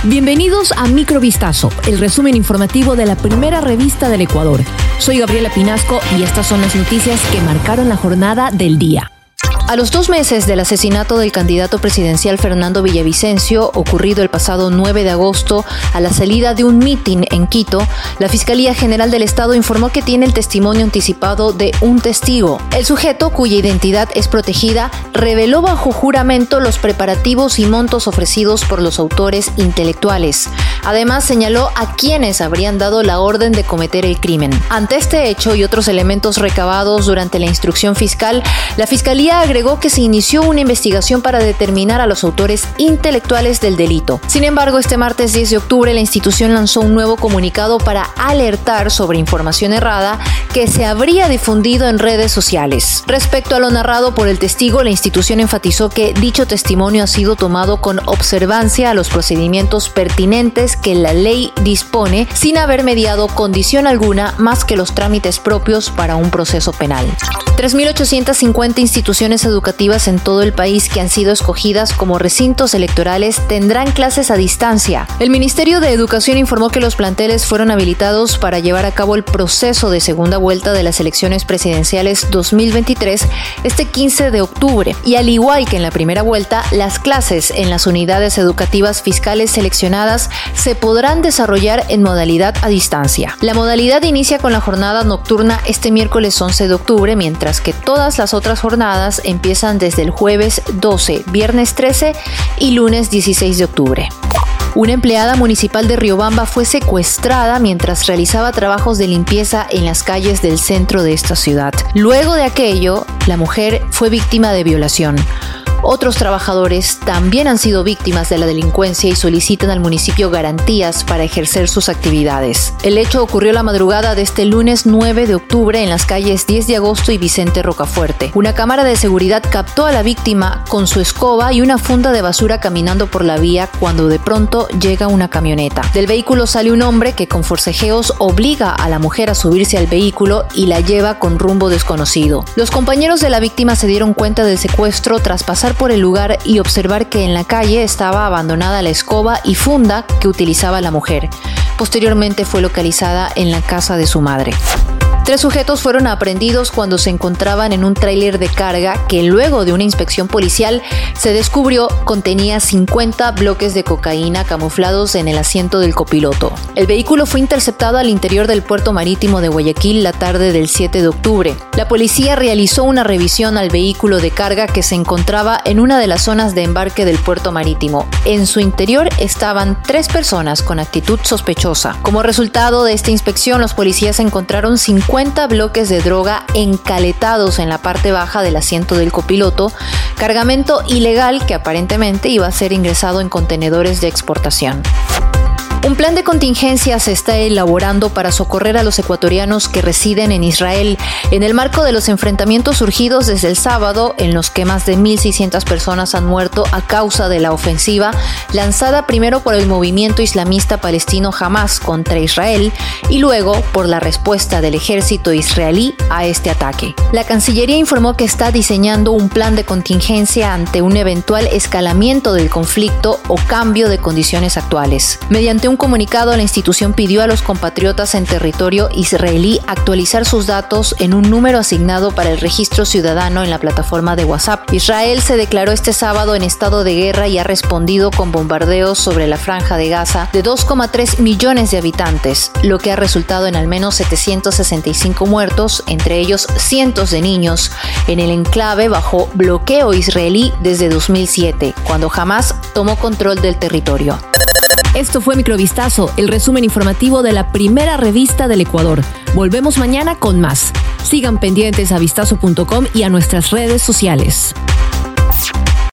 Bienvenidos a Microvistazo, el resumen informativo de la primera revista del Ecuador. Soy Gabriela Pinasco y estas son las noticias que marcaron la jornada del día. A los 2 meses del asesinato del candidato presidencial Fernando Villavicencio, ocurrido el pasado 9 de agosto a la salida de un mitin en Quito, la Fiscalía General del Estado informó que tiene el testimonio anticipado de un testigo. El sujeto, cuya identidad es protegida, reveló bajo juramento los preparativos y montos ofrecidos por los autores intelectuales. Además, señaló a quienes habrían dado la orden de cometer el crimen. Ante este hecho y otros elementos recabados durante la instrucción fiscal, la Fiscalía agregó que se inició una investigación para determinar a los autores intelectuales del delito. Sin embargo, este martes 10 de octubre la institución lanzó un nuevo comunicado para alertar sobre información errada que se habría difundido en redes sociales. Respecto a lo narrado por el testigo, la institución enfatizó que dicho testimonio ha sido tomado con observancia a los procedimientos pertinentes que la ley dispone, sin haber mediado condición alguna más que los trámites propios para un proceso penal. 3.850 instituciones educativas en todo el país que han sido escogidas como recintos electorales tendrán clases a distancia. El Ministerio de Educación informó que los planteles fueron habilitados para llevar a cabo el proceso de segunda vuelta de las elecciones presidenciales 2023 este 15 de octubre. Y al igual que en la primera vuelta, las clases en las unidades educativas fiscales seleccionadas se podrán desarrollar en modalidad a distancia. La modalidad inicia con la jornada nocturna este miércoles 11 de octubre, mientras que todas las otras jornadas empiezan desde el jueves 12, viernes 13 y lunes 16 de octubre. Una empleada municipal de Riobamba fue secuestrada mientras realizaba trabajos de limpieza en las calles del centro de esta ciudad. Luego de aquello, la mujer fue víctima de violación. Otros trabajadores también han sido víctimas de la delincuencia y solicitan al municipio garantías para ejercer sus actividades. El hecho ocurrió la madrugada de este lunes 9 de octubre en las calles 10 de agosto y Vicente Rocafuerte. Una cámara de seguridad captó a la víctima con su escoba y una funda de basura caminando por la vía cuando de pronto llega una camioneta. Del vehículo sale un hombre que con forcejeos obliga a la mujer a subirse al vehículo y la lleva con rumbo desconocido. Los compañeros de la víctima se dieron cuenta del secuestro tras pasar por el lugar y observar que en la calle estaba abandonada la escoba y funda que utilizaba la mujer. Posteriormente fue localizada en la casa de su madre. 3 sujetos fueron aprehendidos cuando se encontraban en un tráiler de carga que luego de una inspección policial se descubrió contenía 50 bloques de cocaína camuflados en el asiento del copiloto. El vehículo fue interceptado al interior del puerto marítimo de Guayaquil la tarde del 7 de octubre. La policía realizó una revisión al vehículo de carga que se encontraba en una de las zonas de embarque del puerto marítimo. En su interior estaban 3 personas con actitud sospechosa. Como resultado de esta inspección, los policías encontraron 50 bloques de droga encaletados en la parte baja del asiento del copiloto, cargamento ilegal que aparentemente iba a ser ingresado en contenedores de exportación. Un plan de contingencia se está elaborando para socorrer a los ecuatorianos que residen en Israel en el marco de los enfrentamientos surgidos desde el sábado, en los que más de 1.600 personas han muerto a causa de la ofensiva lanzada primero por el movimiento islamista palestino Hamas contra Israel y luego por la respuesta del ejército israelí a este ataque. La Cancillería informó que está diseñando un plan de contingencia ante un eventual escalamiento del conflicto o cambio de condiciones actuales. Mediante un comunicado, la institución pidió a los compatriotas en territorio israelí actualizar sus datos en un número asignado para el registro ciudadano en la plataforma de WhatsApp. Israel se declaró este sábado en estado de guerra y ha respondido con bombardeos sobre la franja de Gaza de 2,3 millones de habitantes, lo que ha resultado en al menos 765 muertos, entre ellos cientos de niños, en el enclave bajo bloqueo israelí desde 2007, cuando Hamas tomó control del territorio. Esto fue Microvistazo, el resumen informativo de la primera revista del Ecuador. Volvemos mañana con más. Sigan pendientes a vistazo.com y a nuestras redes sociales.